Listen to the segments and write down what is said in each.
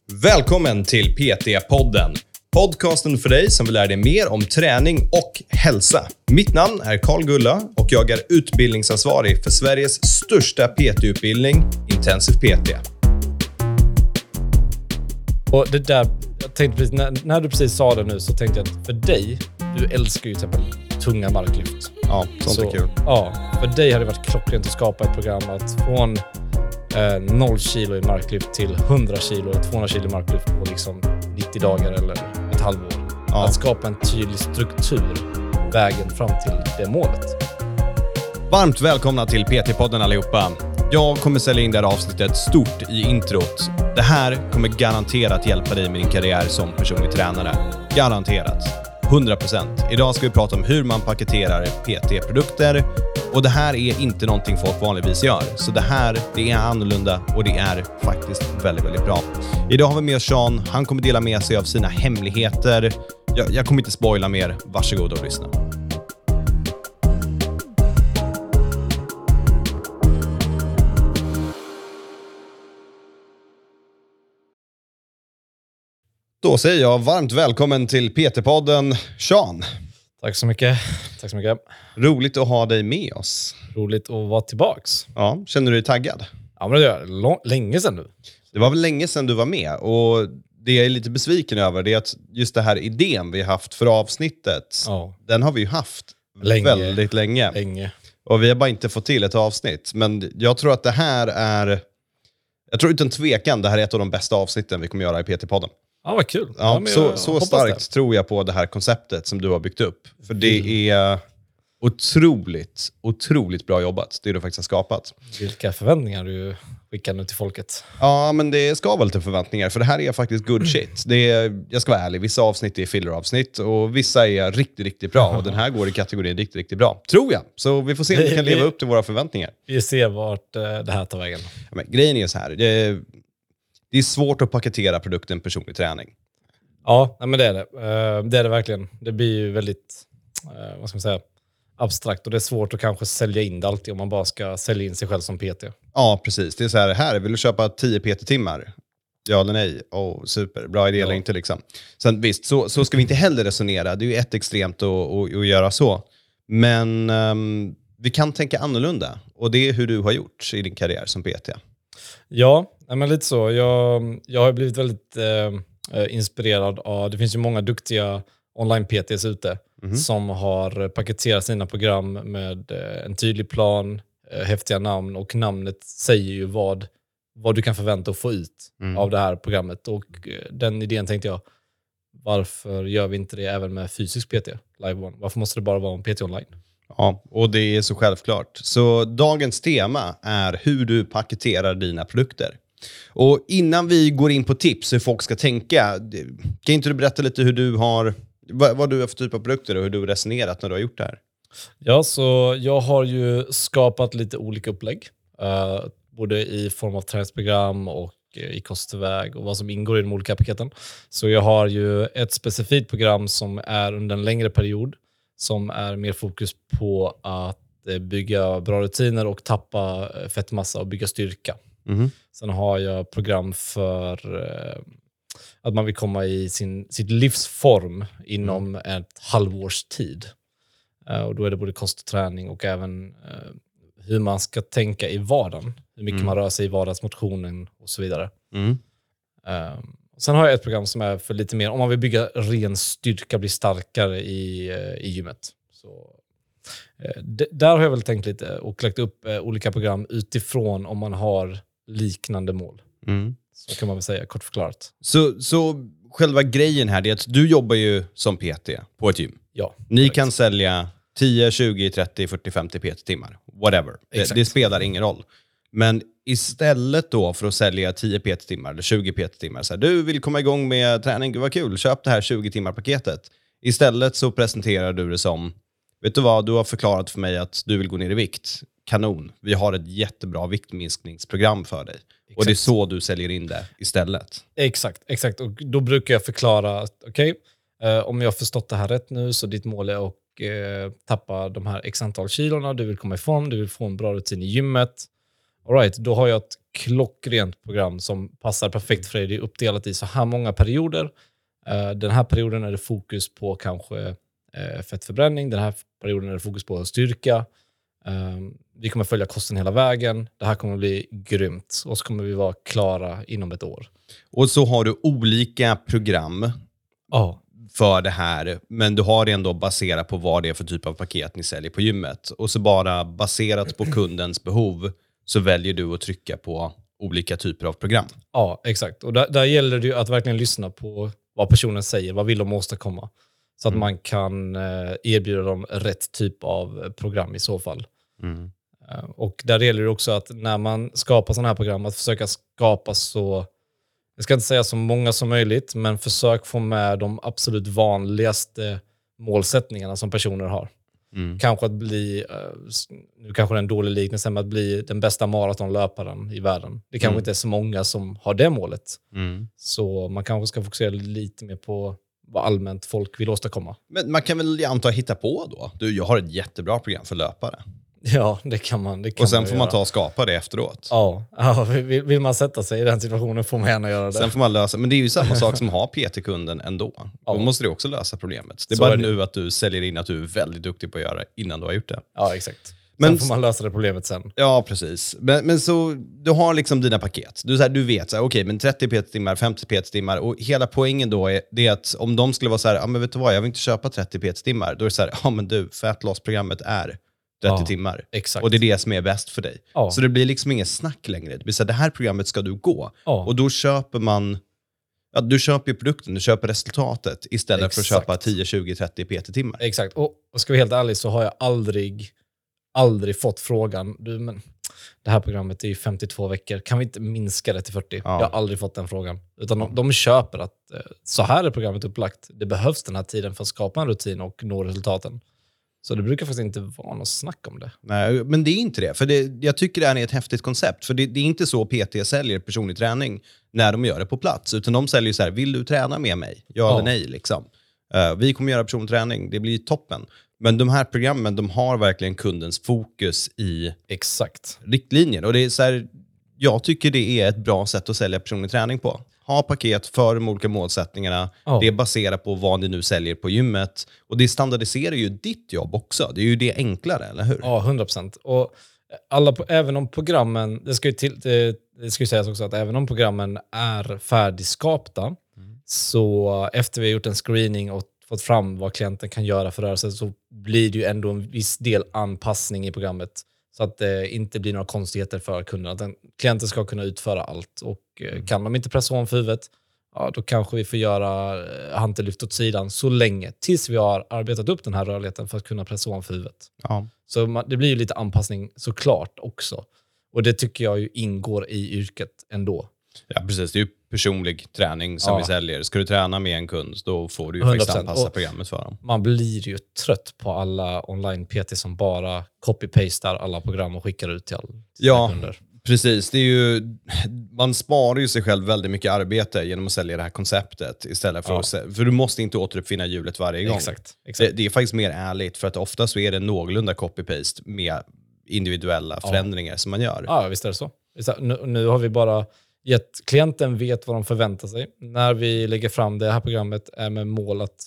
Välkommen till PT-podden. Podcasten för dig som vill lära dig mer om träning och hälsa. Mitt namn är Carl Gulla och jag är utbildningsansvarig för Sveriges största PT-utbildning, Intensiv PT. Och det där, jag tänkte precis, när du precis sa det nu så tänkte jag att för dig, du älskar ju till exempel tunga marklyft. Ja, sånt är kul. Ja, för dig har det varit klockrent att skapa ett program att från 0 kilo i marklyft till 100 kilo eller 200 kilo i marklyft på liksom 90 dagar eller ett halvår. Ja. Att skapa en tydlig struktur vägen fram till det målet. Varmt välkomna till PT-podden allihopa. Jag kommer sälja in det här avsnittet stort i introt. Det här kommer garanterat hjälpa dig med din karriär som personlig tränare. Garanterat. 100%. Idag ska vi prata om hur man paketerar PT-produkter. Och det här är inte någonting folk vanligtvis gör. Så det här, det är annorlunda och det är faktiskt väldigt, väldigt bra. Idag har vi med Sean. Han kommer dela med sig av sina hemligheter. Jag kommer inte spoila mer. Varsågod och lyssna. Då säger jag varmt välkommen till PT-podden, Sean. Tack så mycket. Tack så mycket. Roligt att ha dig med oss. Roligt att vara tillbaks. Ja, känner du dig taggad? Ja, men det är länge sedan nu. Det var väl länge sedan du var med. Och det jag är lite besviken över det är att just det här idén vi har haft för avsnittet, den har vi ju haft väldigt länge. Och vi har bara inte fått till ett avsnitt. Men jag tror att det här är, jag tror utan tvekan, det här är ett av de bästa avsnitten vi kommer göra i PT-podden. Ja, vad kul. Ja, så starkt det. Tror jag på det här konceptet som du har byggt upp. För det är otroligt bra jobbat, det du faktiskt har skapat. Vilka förväntningar du skickar nu till folket. Ja, men det ska vara lite förväntningar. För det här är faktiskt good shit. Jag ska vara ärlig, vissa avsnitt är filler-avsnitt. Och vissa är riktigt bra. Och den här går i kategorin riktigt bra. Tror jag. Så vi får se om vi kan leva upp till våra förväntningar. Vi ser vart det här tar vägen. Ja, men grejen är så här. Det är svårt att paketera produkten personlig träning. Ja, men det är det. Det är det verkligen. Det blir ju väldigt, vad ska man säga, abstrakt. Och det är svårt att kanske sälja in det alltid om man bara ska sälja in sig själv som PT. Ja, precis. Det är så här vill du köpa 10 PT-timmar? Ja eller nej? Super. Bra idé eller inte liksom. Sen visst, så ska vi inte heller resonera. Det är ju ett extremt att göra så. Men vi kan tänka annorlunda. Och det är hur du har gjort i din karriär som PT. Ja, men lite så. Jag har blivit väldigt inspirerad av, det finns ju många duktiga online-PTs ute som har paketerat sina program med en tydlig plan, häftiga namn, och namnet säger ju vad du kan förvänta att få ut av det här programmet. Och den idén tänkte jag, varför gör vi inte det även med fysisk PT, live one? Varför måste det bara vara en PT online? Ja, och det är så självklart. Så dagens tema är hur du paketerar dina produkter. Och innan vi går in på tips hur folk ska tänka, kan inte du berätta lite hur du har, vad du har för typ av produkter och hur du har resonerat när du har gjort det här? Ja, så jag har ju skapat lite olika upplägg. Både i form av träningsprogram och i kostväg och vad som ingår i de olika paketen. Så jag har ju ett specifikt program som är under en längre period, som är mer fokus på att bygga bra rutiner och tappa fettmassa och bygga styrka. Sen har jag program för att man vill komma i sitt livsform inom ett halvårs tid. Och då är det både kost och träning och även hur man ska tänka i vardagen. Hur mycket man rör sig i vardagsmotionen och så vidare. Sen har jag ett program som är för lite mer, om man vill bygga ren styrka, bli starkare i gymmet. Så, där har jag väl tänkt lite och lagt upp olika program utifrån om man har liknande mål. Så kan man väl säga, kort förklarat. Så själva grejen här är att du jobbar ju som PT på ett gym. Ja. Ni kan sälja 10, 20, 30, 40, 50 PT-timmar. Whatever. Det spelar ingen roll. Men istället då för att sälja 10 PT-timmar eller 20 PT-timmar. Så här, du vill komma igång med träning, vad kul. Köp det här 20-timmar-paketet. Istället så presenterar du det som, vet du vad, du har förklarat för mig att du vill gå ner i vikt. Kanon. Vi har ett jättebra viktminskningsprogram för dig. Exakt. Och det är så du säljer in det istället. Exakt. Och då brukar jag förklara att om jag har förstått det här rätt nu, så ditt mål är att tappa de här x antal kilorna. Du vill komma i form, du vill få en bra rutin i gymmet. All right, då har jag ett klockrent program som passar perfekt för dig. Det är uppdelat i så här många perioder. Den här perioden är det fokus på kanske fettförbränning. Den här perioden är det fokus på styrka. Vi kommer följa kosten hela vägen. Det här kommer bli grymt. Och så kommer vi vara klara inom ett år. Och så har du olika program för det här. Men du har det ändå baserat på vad det är för typ av paket ni säljer på gymmet. Och så bara baserat på kundens behov så väljer du att trycka på olika typer av program. Ja, exakt. Och där gäller det ju att verkligen lyssna på vad personen säger. Vad vill de åstadkomma? Så att man kan erbjuda dem rätt typ av program i så fall. Och där gäller det också att när man skapar sådana här program att försöka skapa så, jag ska inte säga så många som möjligt, men försök få med de absolut vanligaste målsättningarna som personer har. Kanske att bli, nu kanske det är en dålig liknelse, men att bli den bästa maratonlöparen i världen. Det kanske inte är så många som har det målet. Så man kanske ska fokusera lite mer på vad allmänt folk vill åstadkomma. Men man kan väl anta hitta på då? Jag har ett jättebra program för löpare. Ja, det kan man. Och sen får man ta och skapa det efteråt. Ja, vill man sätta sig i den situationen får man gärna göra det. Sen får man lösa, men det är ju samma sak som har PT-kunden ändå. Då måste du också lösa problemet. Det är bara nu att du säljer in att du är väldigt duktig på att göra innan du har gjort det. Ja, exakt. Sen får man lösa det problemet sen. Ja, precis. Men så du har liksom dina paket. Du vet så här, okej, men 30 PT-timmar, 50 PT-timmar. Och hela poängen då är det att om de skulle vara så här, ja men vet du vad, jag vill inte köpa 30 PT-timmar. Då är det så här, ja men du, fat loss-programmet är 30 timmar. Exakt. Och det är det som är bäst för dig. Ja. Så det blir liksom inget snack längre. Det blir så här, det här programmet ska du gå. Ja. Och då köper man, du köper ju produkten, du köper resultatet istället för att köpa 10, 20, 30 PT-timmar. Exakt. Och ska vi helt ärlig så har jag aldrig fått frågan, men det här programmet är ju 52 veckor, kan vi inte minska det till 40? Ja. Jag har aldrig fått den frågan. Utan de köper att så här är programmet upplagt. Det behövs den här tiden för att skapa en rutin och nå resultaten. Så det brukar faktiskt inte vara något snack om det. Nej, men det är inte det. För jag tycker det är ett häftigt koncept. För det är inte så PT säljer personlig träning när de gör det på plats. Utan de säljer så här, vill du träna med mig? Ja eller nej liksom. Vi kommer göra personlig träning, det blir toppen. Men de här programmen, de har verkligen kundens fokus i riktlinjer. Och det är så här, jag tycker det är ett bra sätt att sälja personlig träning på. Ha paket för de olika målsättningarna. Det är baserat på vad ni nu säljer på gymmet. Och det standardiserar ju ditt jobb också. Det är ju det enklare, eller hur? Ja, 100%. Och även om programmen, det ska ju sägas också att även om programmen är färdigskapta, så efter vi har gjort en screening och fått fram vad klienten kan göra för rörelse, så blir det ju ändå en viss del anpassning i programmet. Så att det inte blir några konstigheter för kunden. Att klienten ska kunna utföra allt. Och kan de inte pressa om för huvudet, då kanske vi får göra hantellyft åt sidan så länge. Tills vi har arbetat upp den här rörligheten för att kunna pressa om för huvudet. Ja. Så det blir ju lite anpassning såklart också. Och det tycker jag ju ingår i yrket ändå. Ja, precis. Det är ju personlig träning som vi säljer. Ska du träna med en kund, då får du ju faktiskt anpassa programmet för dem. Man blir ju trött på alla online-PT som bara copy-pastar alla program och skickar ut till alla kunder. Precis. Det är ju, man sparar ju sig själv väldigt mycket arbete genom att sälja det här konceptet istället för för du måste inte återuppfinna hjulet varje gång. Exakt. Det är faktiskt mer ärligt, för att ofta så är det någorlunda copy-paste med individuella förändringar som man gör. Ja, visst är det så. Nu har vi bara gett klienten vet vad de förväntar sig. När vi lägger fram det här programmet är med mål att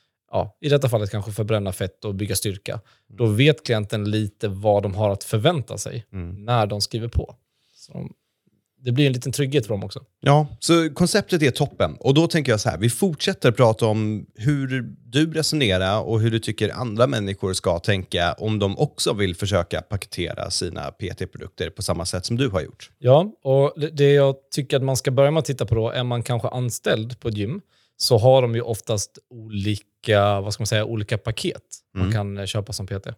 i detta fallet kanske förbränna fett och bygga styrka. Då vet klienten lite vad de har att förvänta sig när de skriver på. Så det blir en liten trygghet för dem också. Ja, så konceptet är toppen. Och då tänker jag så här, vi fortsätter prata om hur du resonerar och hur du tycker andra människor ska tänka om de också vill försöka paketera sina PT-produkter på samma sätt som du har gjort. Ja, och det jag tycker att man ska börja med att titta på då, är man kanske anställd på ett gym, så har de ju oftast olika paket man kan köpa som PT.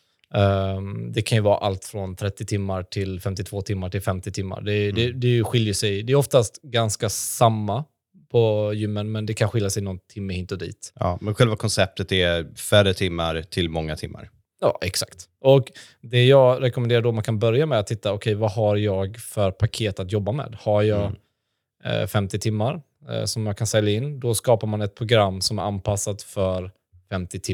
Det kan ju vara allt från 30 timmar till 52 timmar till 50 timmar. Det skiljer sig. Det är oftast ganska samma på gymmen, men det kan skilja sig någon timme hit och dit. Ja, men själva konceptet är färre timmar till många timmar. Ja, exakt. Och det jag rekommenderar då, man kan börja med att titta, vad har jag för paket att jobba med? Har jag 50 timmar som jag kan sälja in, då skapar man ett program som är anpassat för 50 timmar.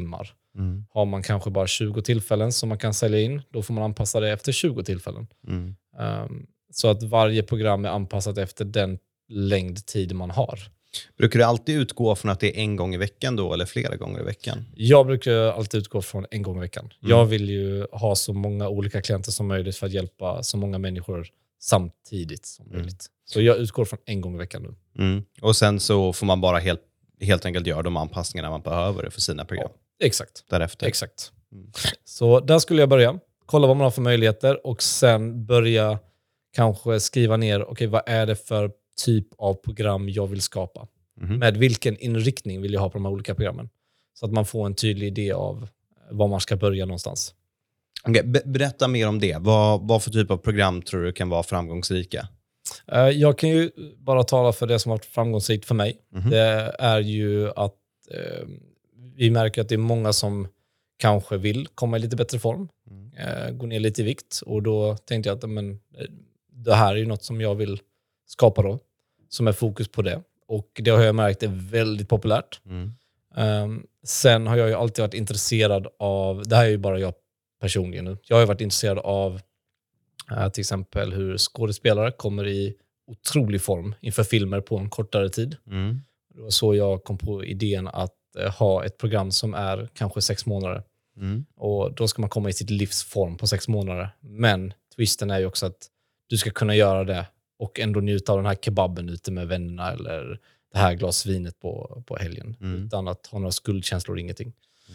Har man kanske bara 20 tillfällen som man kan sälja in, då får man anpassa det efter 20 tillfällen. Så att varje program är anpassat efter den längd tid man har. Brukar du alltid utgå från att det är en gång i veckan då, eller flera gånger i veckan? Jag brukar alltid utgå från en gång i veckan. Jag vill ju ha så många olika klienter som möjligt för att hjälpa så många människor samtidigt som möjligt. Så jag utgår från en gång i veckan nu. Och sen så får man bara helt enkelt göra de anpassningarna man behöver för sina program. Ja, exakt. Därefter. Exakt. Så där skulle jag börja. Kolla vad man har för möjligheter och sen börja kanske skriva ner, okej, vad är det för typ av program jag vill skapa? Med vilken inriktning vill jag ha på de här olika programmen? Så att man får en tydlig idé av var man ska börja någonstans. Okay, berätta mer om det. Vad för typ av program tror du kan vara framgångsrika? Jag kan ju bara tala för det som har varit framgångsrikt för mig. Det är ju att vi märker att det är många som kanske vill komma i lite bättre form. Gå ner lite i vikt. Och då tänkte jag att det här är ju något som jag vill skapa då. Som är fokus på det. Och det har jag märkt är väldigt populärt. Sen har jag ju alltid varit intresserad av, det här är ju bara jag personligen nu. Jag har ju varit intresserad av till exempel hur skådespelare kommer i otrolig form inför filmer på en kortare tid. Det var så jag kom på idén att ha ett program som är kanske 6 månader. Och då ska man komma i sitt livsform på 6 månader. Men twisten är ju också att du ska kunna göra det och ändå njuta av den här kebaben ute med vännerna eller det här glasvinet på helgen. Utan att ha några skuldkänslor och ingenting.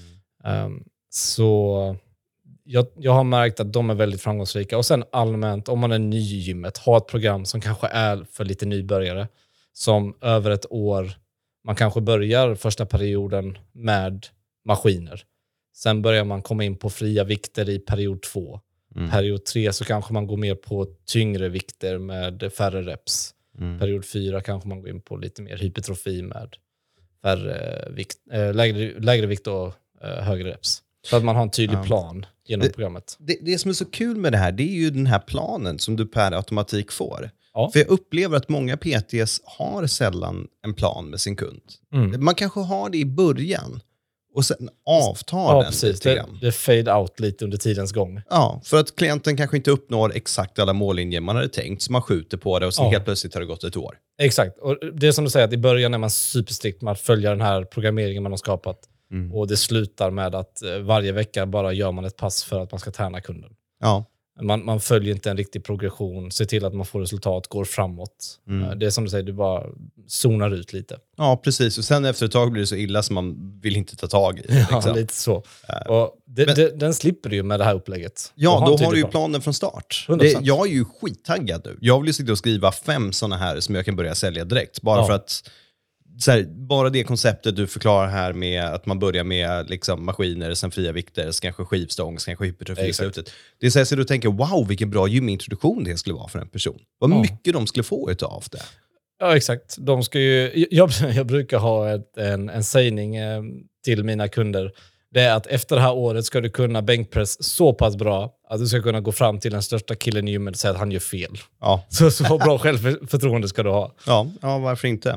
Så jag har märkt att de är väldigt framgångsrika. Och sen allmänt, om man är ny i gymmet, ha ett program som kanske är för lite nybörjare. Som över ett år, man kanske börjar första perioden med maskiner. Sen börjar man komma in på fria vikter i period 2. Period 3 så kanske man går mer på tyngre vikter med färre reps. Period 4 kanske man går in på lite mer hypertrofi med färre vikt, lägre vikt och högre reps. Så att man har en tydlig plan genom programmet. Det som är så kul med det här, det är ju den här planen som du per automatik får. Ja. För jag upplever att många PTs har sällan en plan med sin kund. Man kanske har det i början och sen avtar den precis. lite grann. Det fade out lite under tidens gång. Ja, för att klienten kanske inte uppnår exakt alla mållinjer man hade tänkt, så man skjuter på det och sen helt plötsligt har det gått ett år. Exakt, och det är som du säger att i början är man superstrikt med att följa den här programmeringen man har skapat. Och det slutar med att varje vecka bara gör man ett pass för att man ska träna kunden. Ja. Man följer inte en riktig progression, ser till att man får resultat, går framåt. Det är som du säger, du bara zonar ut lite. Ja, precis. Och sen efter ett tag blir det så illa som man vill inte ta tag i. Liksom. Ja, lite så. Och den slipper du ju med det här upplägget. Ja, då har du ju planen från start. Jag är ju skittaggad nu. Jag vill ju sitta och skriva 5 sådana här som jag kan börja sälja direkt. Bara för att så här, bara det konceptet du förklarar här med att man börjar med liksom maskiner, sen fria vikter, sen kanske skivstång, sen kanske hypertrofi i slutet. Det är så här så du tänker, wow, vilken bra gymintroduktion det skulle vara för en person. Vad mycket de skulle få utav det. Ja, exakt. De ska ju, jag brukar ha en sägning till mina kunder. Det är att efter det här året ska du kunna bänkpress så pass bra att du ska kunna gå fram till den största killen i gymmet och säga att han gör fel. Ja. Så bra självförtroende ska du ha. Ja, varför inte?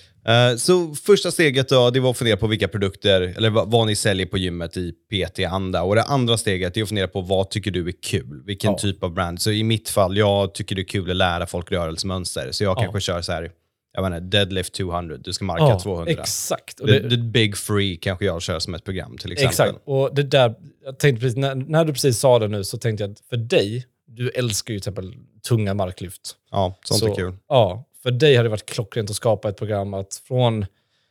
Så första steget då, det var att fundera på vilka produkter eller vad ni säljer på gymmet i PT-anda. Och det andra steget är att fundera på vad tycker du är kul? Vilken typ av brand? Så i mitt fall, jag tycker det är kul att lära folk rörelsemönster. Så jag kanske kör så här, jag menar, deadlift 200, du ska marka 200. Exakt. Och the big free kanske jag kör som ett program till exempel. Exakt, och det där, jag tänkte precis, när du precis sa det nu så tänkte jag att för dig, du älskar ju till exempel tunga marklyft. Ja, sånt är kul. Ja, för dig har det varit klockrent att skapa ett program att från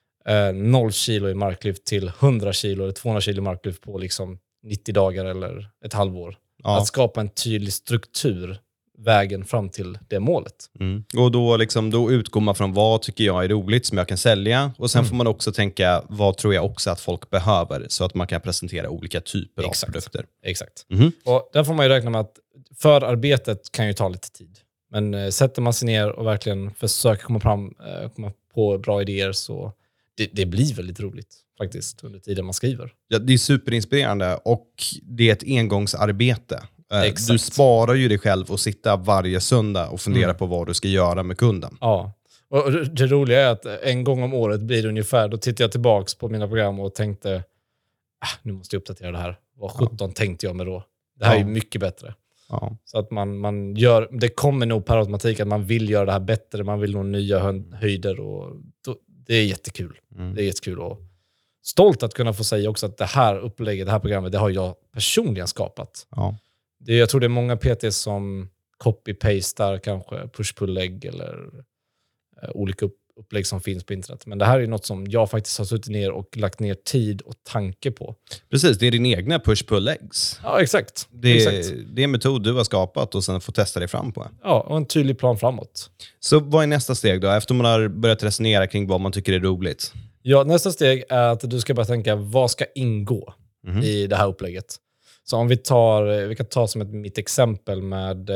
0 kilo i marklyft till 100 kilo eller 200 kilo i marklyft på liksom 90 dagar eller ett halvår. Ja. Att skapa en tydlig struktur vägen fram till det målet. Och då utgår man från vad tycker jag är roligt som jag kan sälja. Och sen får man också tänka, vad tror jag också att folk behöver så att man kan presentera olika typer av produkter. Exakt. Och där får man ju räkna med att förarbetet kan ju ta lite tid. Men sätter man sig ner och verkligen försöker komma på bra idéer så det blir väldigt roligt faktiskt under tiden man skriver. Ja, det är superinspirerande och det är ett engångsarbete. Exakt. Du sparar ju dig själv och sitta varje söndag och fundera på vad du ska göra med kunden. Ja, och det roliga är att en gång om året blir det ungefär, då tittar jag tillbaks på mina program och tänkte nu måste jag uppdatera det här. Vad 17 tänkte jag med då? Det här är ju mycket bättre. Ja. Så att man gör, det kommer nog per automatik att man vill göra det här bättre, man vill nå nya höjder och det är jättekul. Det är jättekul och stolt att kunna få säga också att det här upplägget, det här programmet, det har jag personligen skapat. Ja. Jag tror det är många PT som copy-pastar kanske push-pull-lägg eller olika upplägg som finns på internet. Men det här är något som jag faktiskt har suttit ner och lagt ner tid och tanke på. Precis, det är din egna push-pull-legs. Ja, exakt. Det är en metod du har skapat och sen får testa dig fram på. Ja, och en tydlig plan framåt. Så vad är nästa steg då? Efter man har börjat resonera kring vad man tycker är roligt. Ja, nästa steg är att du ska börja tänka vad ska ingå i det här upplägget. Så om vi kan ta som mitt exempel med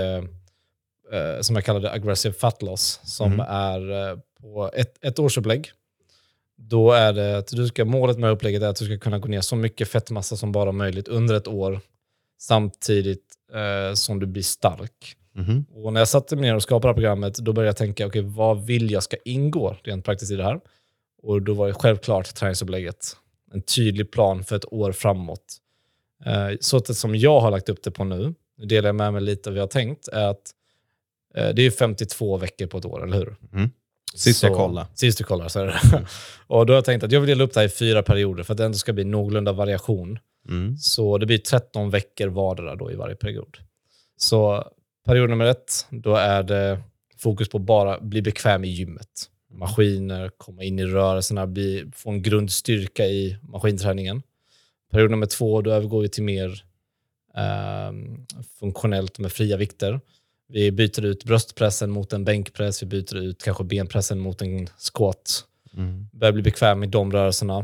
som jag kallar det aggressive fat loss som är på ett årsupplägg. Då är det att målet med upplägget är att du ska kunna gå ner så mycket fettmassa som bara möjligt under ett år samtidigt som du blir stark. Och när jag satte mig ner och skapade programmet då började jag tänka okej, vad vill jag ska ingå rent praktiskt i det här? Och då var det självklart träningsupplägget. En tydlig plan för ett år framåt. Så att det som jag har lagt upp det på nu delar jag med mig lite av vad jag har tänkt är att det är 52 veckor på ett år, eller hur? Sist jag kollade. Sist du kollar så är det. Och då har jag tänkt att jag vill dela upp det här i 4 perioder för att det ändå ska bli någorlunda variation. Så det blir 13 veckor vardera då i varje period. Så period nummer 1, då är det fokus på bara bli bekväm i gymmet. Maskiner, komma in i rörelserna, få en grundstyrka i maskinträningen. Period nummer 2, då övergår vi till mer funktionellt med fria vikter. Vi byter ut bröstpressen mot en bänkpress. Vi byter ut kanske benpressen mot en squat. Börjar bli bekväm i de rörelserna.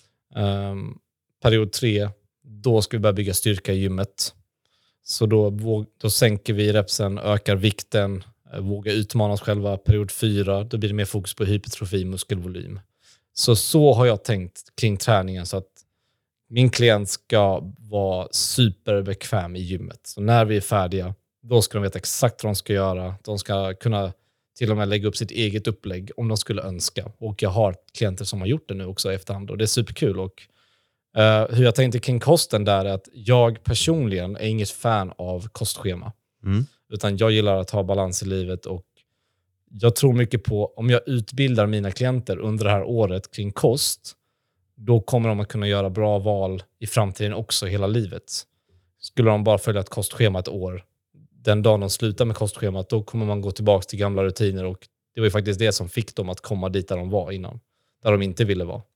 Period 3, då ska vi börja bygga styrka i gymmet. Så då sänker vi repsen, ökar vikten, våga utmana oss själva. Period 4, då blir det mer fokus på hypertrofi, muskelvolym. Så har jag tänkt kring träningen så att min klient ska vara superbekväm i gymmet. Så när vi är färdiga, då ska de veta exakt vad de ska göra. De ska kunna till och med lägga upp sitt eget upplägg om de skulle önska. Och jag har klienter som har gjort det nu också i efterhand. Och det är superkul. Och hur jag tänkte kring kosten där är att jag personligen är inget fan av kostschema. Utan jag gillar att ha balans i livet. Och jag tror mycket på, om jag utbildar mina klienter under det här året kring kost, då kommer de att kunna göra bra val i framtiden också hela livet. Skulle de bara följa ett kostschema ett år, den dagen de slutar med kostschemat, då kommer man gå tillbaka till gamla rutiner och det var ju faktiskt det som fick dem att komma dit där de var innan. Där de inte ville vara.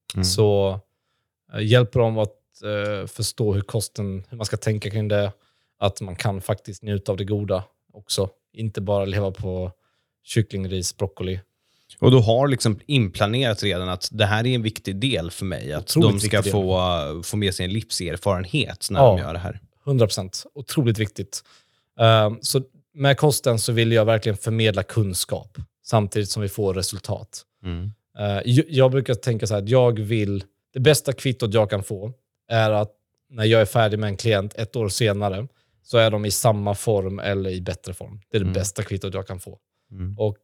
Så hjälper dem att förstå hur man ska tänka kring det. Att man kan faktiskt njuta av det goda också. Inte bara leva på kyckling, ris, broccoli. Och du har liksom inplanerat redan att det här är en viktig del för mig. Att de ska få med sig en livserfarenhet när de gör det här. 100%. Otroligt viktigt. Så med kosten så vill jag verkligen förmedla kunskap samtidigt som vi får resultat. Jag brukar tänka så här att det bästa kvittot jag kan få är att när jag är färdig med en klient 1 år senare så är de i samma form eller i bättre form. Det är det bästa kvittot jag kan få. Och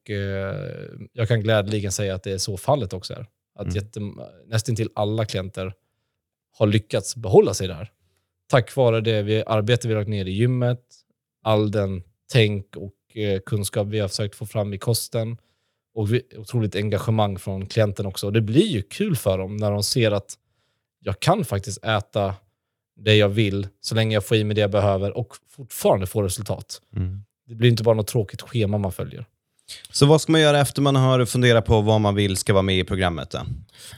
jag kan glädjeligen säga att det är så fallet också är. Att nästan till alla klienter har lyckats behålla sig där. Tack vare det arbete vi har lagt ner i gymmet, all den tänk och kunskap vi har försökt få fram i kosten och otroligt engagemang från klienten också. Och det blir ju kul för dem när de ser att jag kan faktiskt äta det jag vill så länge jag får i mig det jag behöver och fortfarande får resultat. Det blir inte bara något tråkigt schema man följer. Så vad ska man göra efter man har funderat på vad man vill ska vara med i programmet då?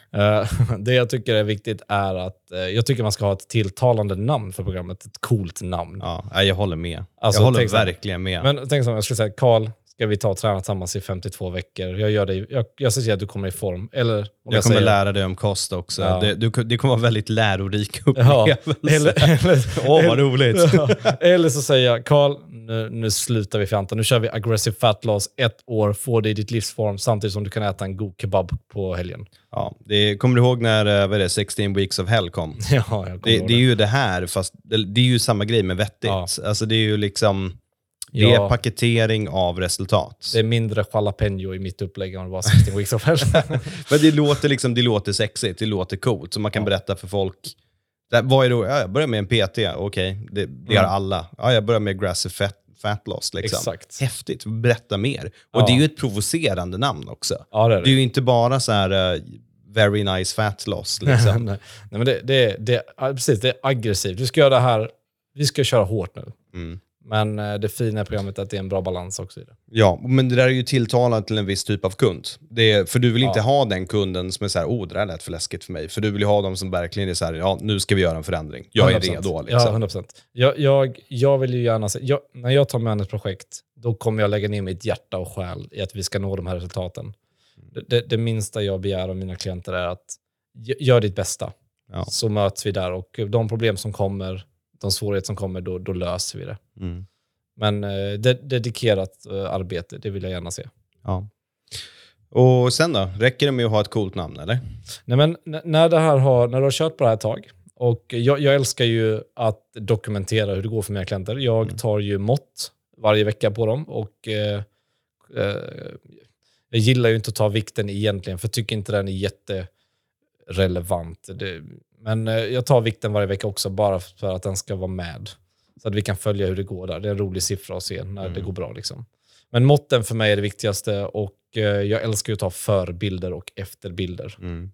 Det jag tycker är viktigt är att jag tycker man ska ha ett tilltalande namn för programmet. Ett coolt namn. Ja, jag håller med. Alltså, jag håller verkligen med. Men tänk som jag skulle säga, Carl, ska vi ta och träna tillsammans i 52 veckor? Jag ser till att du kommer i form. Eller om jag kommer lära dig om kost också. Ja. Det kommer vara väldigt lärorik upplevelse. Vad roligt. Eller så säger jag, Carl, nu slutar vi fjanta. Nu kör vi aggressive fat loss 1 år, få det i ditt livsform samtidigt som du kan äta en god kebab på helgen. Ja, kommer du ihåg när 16 weeks of hell kom? Ja, det är ju det här, fast det är ju samma grej med vettigt. Ja. Alltså det är ju liksom... Det är paketering av resultat. Det är mindre jalapeno i mitt upplägg än det var 16 weeks of hell. Men det låter sexigt, det låter coolt. Så man kan berätta för folk Vad är då? Ja, jag börjar med en PT, okej. Det har alla. Ja, jag börjar med Aggressive Fat Loss. Liksom. Exakt. Häftigt, berätta mer. Och det är ju ett provocerande namn också. Ja, det är det. Det är ju inte bara så här very nice fat loss. Liksom. Nej, men precis, det är aggressivt. Vi ska göra det här, vi ska köra hårt nu. Men det fina i programmet är att det är en bra balans också i det. Ja, men det där är ju tilltalat till en viss typ av kund. För du vill inte ha den kunden som är så här, det där lät för läskigt för mig. För du vill ju ha dem som verkligen är så här, nu ska vi göra en förändring. Jag är 100%. redo. Liksom. Ja, 100%. Jag vill ju gärna se, när jag tar mig an ett projekt, då kommer jag lägga ner mitt hjärta och själ i att vi ska nå de här resultaten. Det minsta jag begär av mina klienter är att gör ditt bästa. Ja. Så möts vi där, och de problem som kommer, de svårigheter som kommer, då löser vi det. Men dedikerat arbete, det vill jag gärna se. Ja. Och sen då? Räcker det med att ha ett coolt namn, eller? Nej, men när du har kört på det här ett tag, och jag älskar ju att dokumentera hur det går för mina klienter. Jag tar ju mått varje vecka på dem, och jag gillar ju inte att ta vikten egentligen, för jag tycker inte den är jätterelevant. Men jag tar vikten varje vecka också, bara för att den ska vara med. Så att vi kan följa hur det går där. Det är en rolig siffra att se när det går bra. Liksom. Men måtten för mig är det viktigaste, och jag älskar ju att ta förbilder och efterbilder.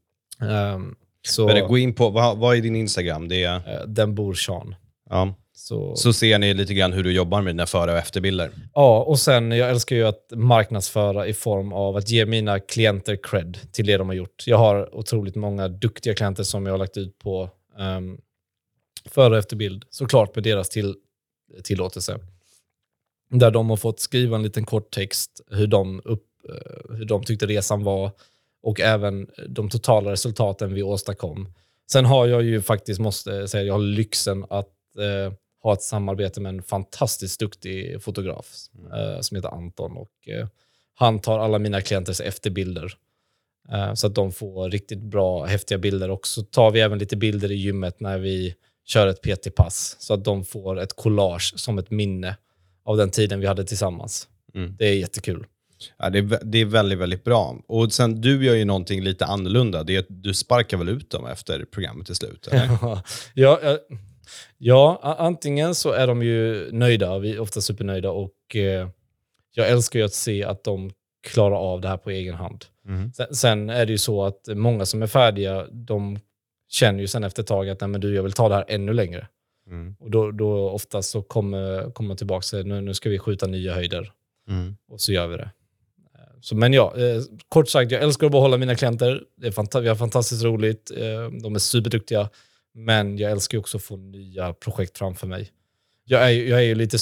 Gå in på, vad är din Instagram? Det är Den bor Sean. Ja. Så ser ni lite grann hur du jobbar med dina före- och efterbilder. Ja, och sen jag älskar ju att marknadsföra i form av att ge mina klienter cred till det de har gjort. Jag har otroligt många duktiga klienter som jag har lagt ut på före- och efterbild. Såklart med deras tillåtelse. Där de har fått skriva en liten kort text hur de tyckte resan var, och även de totala resultaten vi åstadkom. Sen har jag ju faktiskt, måste säga, jag har lyxen att ha ett samarbete med en fantastiskt duktig fotograf som heter Anton, och han tar alla mina klienters efterbilder så att de får riktigt bra, häftiga bilder, och så tar vi även lite bilder i gymmet när vi kör ett PT-pass, så att de får ett collage som ett minne av den tiden vi hade tillsammans. Det är jättekul. Ja, det är väldigt, väldigt bra. Och sen, du gör ju någonting lite annorlunda. Det är att du sparkar väl ut dem efter programmet till slut, eller? Ja, antingen så är de ju nöjda, vi är ofta supernöjda, och jag älskar ju att se att de klarar av det här på egen hand. Sen är det ju så att många som är färdiga, de känner ju sen efter ett tag att nej, men jag vill ta det här ännu längre. Och då oftast så kommer man tillbaka och säger, nu ska vi skjuta nya höjder. Och så gör vi det. Men ja, kort sagt, jag älskar att behålla mina klienter. Vi har fantastiskt roligt. De är superduktiga. Men jag älskar också att få nya projekt framför mig. Jag är ju lite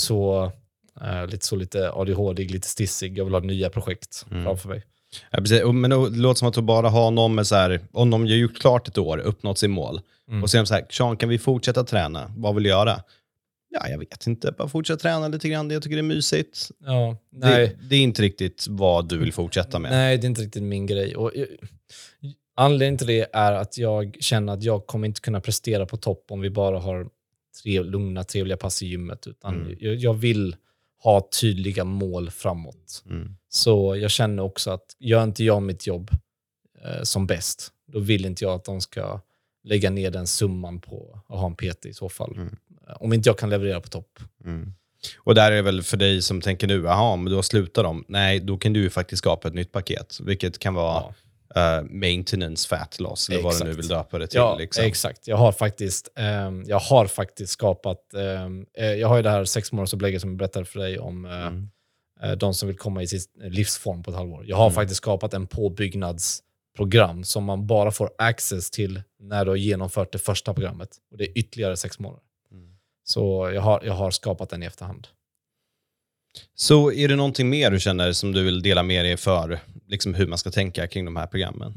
ADHD, lite stissig. Jag vill ha nya projekt framför mig. Ja, precis. Men det låter som att du bara har någon med så här, om de har gjort klart ett år, uppnått sin mål. Och sen så här, Sean, kan vi fortsätta träna? Vad vill du göra? Ja, jag vet inte. Bara fortsätta träna lite grann. Jag tycker det är mysigt. Ja, nej. Det är inte riktigt vad du vill fortsätta med. Nej, det är inte riktigt min grej. Och anledningen till det är att jag känner att jag kommer inte kunna prestera på topp om vi bara har lugna, trevliga pass i gymmet. Utan jag vill ha tydliga mål framåt. Så jag känner också att gör inte jag mitt jobb som bäst, då vill inte jag att de ska lägga ner den summan på att ha en PT i så fall. Om inte jag kan leverera på topp. Och där är det väl för dig som tänker nu, men då slutar de. Nej, då kan du ju faktiskt skapa ett nytt paket. Vilket kan vara maintenance fat loss, eller vad du nu vill döpa det till. Ja, liksom. Exakt. Jag har faktiskt skapat, jag har ju det här 6-månadsupplägget som jag berättade för dig om de som vill komma i sin livsform på ett halvår. Jag har faktiskt skapat en påbyggnadsprogram som man bara får access till när du har genomfört det första programmet. Och det är ytterligare 6 månader. Så jag har skapat den i efterhand. Så är det någonting mer du känner som du vill dela med dig för liksom hur man ska tänka kring de här programmen?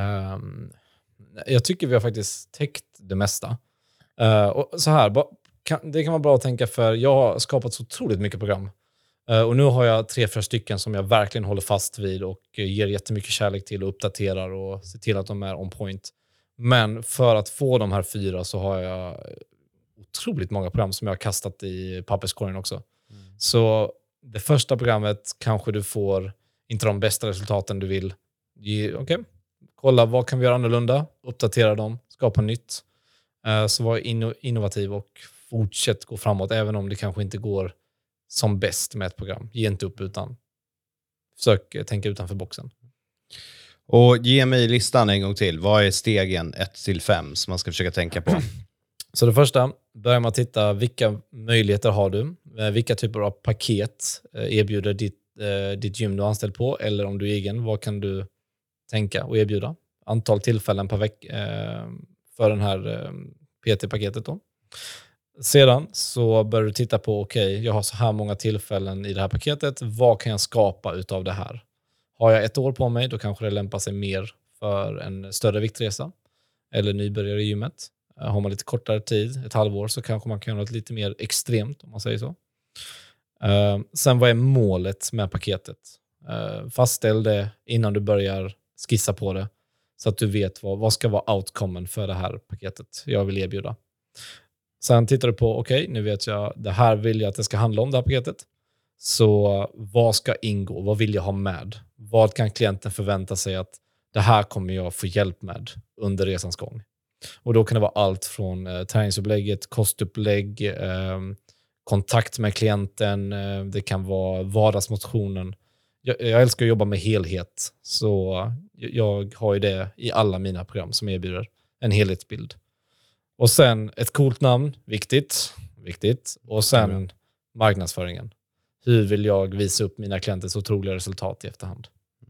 Jag tycker vi har faktiskt täckt det mesta. Och så här, det kan vara bra att tänka, för jag har skapat så otroligt mycket program. Och nu har jag 3-4 stycken som jag verkligen håller fast vid och ger jättemycket kärlek till och uppdaterar och ser till att de är on point. Men för att få de här 4 så har jag otroligt många program som jag har kastat i papperskorgen också. Så det första programmet kanske du får inte de bästa resultaten du vill. Kolla, vad kan vi göra annorlunda? Uppdatera dem, skapa nytt. Så var innovativ och fortsätt gå framåt, även om det kanske inte går som bäst med ett program. Ge inte upp, utan försök tänka utanför boxen. Och ge mig listan en gång till. Vad är stegen 1-5 som man ska försöka tänka på? Så det första, börjar man titta vilka möjligheter har du? Vilka typer av paket erbjuder ditt gym du är anställd på? Eller om du är egen, vad kan du tänka och erbjuda? Antal tillfällen per vecka för den här PT-paketet då. Sedan så börjar du titta på, okej, jag har så här många tillfällen i det här paketet. Vad kan jag skapa utav det här? Har jag 1 år på mig, då kanske det lämpar sig mer för en större viktresa. Eller nybörjare i gymmet. Har man lite kortare tid, 1 halvår, så kanske man kan göra något lite mer extremt, om man säger så. Sen, vad är målet med paketet? Fastställ det innan du börjar skissa på det. Så att du vet vad ska vara outcomen för det här paketet jag vill erbjuda. Sen tittar du på, okej, nu vet jag, det här vill jag att det ska handla om, det här paketet. Så vad ska ingå? Vad vill jag ha med? Vad kan klienten förvänta sig att det här kommer jag få hjälp med under resans gång? Och då kan det vara allt från träningsupplägget, kostupplägg, kontakt med klienten. Det kan vara vardagsmotionen. Jag älskar att jobba med helhet. Så jag har ju det i alla mina program som erbjuder en helhetsbild. Och sen ett coolt namn, viktigt. Och sen marknadsföringen. Hur vill jag visa upp mina klienters otroliga resultat i efterhand?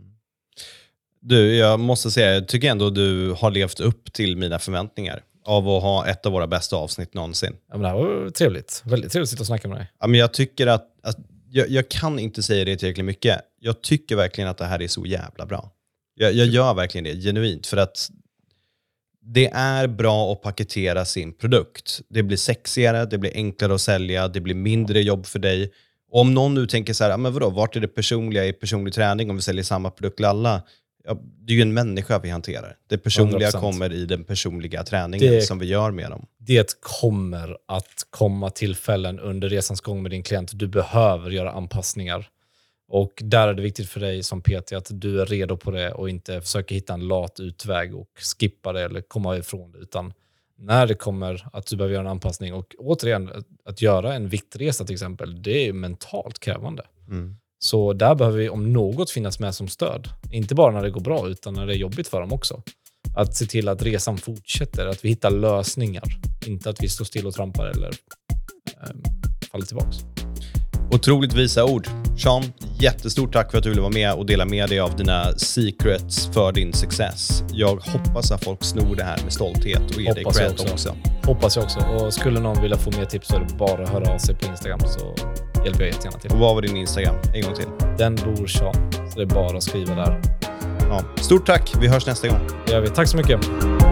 Du, jag måste säga, jag tycker ändå du har levt upp till mina förväntningar av att ha ett av våra bästa avsnitt någonsin. Ja, men det här var trevligt. Väldigt trevligt att sitta och snacka med dig. Ja, men jag tycker att jag kan inte säga det tillräckligt mycket. Jag tycker verkligen att det här är så jävla bra. Jag gör verkligen det, genuint. För att det är bra att paketera sin produkt. Det blir sexigare, det blir enklare att sälja, det blir mindre jobb för dig. Och om någon nu tänker så här, men vadå, vart är det personliga i personlig träning om vi säljer samma produkt till alla? Ja, det är ju en människa vi hanterar. Det personliga 100%. Kommer i den personliga träningen som vi gör med dem. Det kommer att komma tillfällen under resans gång med din klient. Du behöver göra anpassningar. Och där är det viktigt för dig som PT att du är redo på det och inte försöker hitta en lat utväg och skippa det eller komma ifrån det. Utan när det kommer att du behöver göra en anpassning, och återigen, att göra en viktresa till exempel, det är mentalt krävande. Så där behöver vi om något finnas med som stöd. Inte bara när det går bra, utan när det är jobbigt för dem också. Att se till att resan fortsätter, att vi hittar lösningar. Inte att vi står still och trampar eller faller tillbaka. Otroligt visa ord. Sean, jättestort tack för att du ville vara med och dela med dig av dina secrets för din success. Jag hoppas att folk snor det här med stolthet och ger dig cred också. Hoppas jag också. Och skulle någon vilja få mer tips så är det bara att höra av sig på Instagram, så hjälper jag jättegärna till. Och vad var din Instagram? En gång till. Den bor Sean. Så det är bara att skriva där. Ja. Stort tack. Vi hörs nästa gång. Det gör vi. Tack så mycket.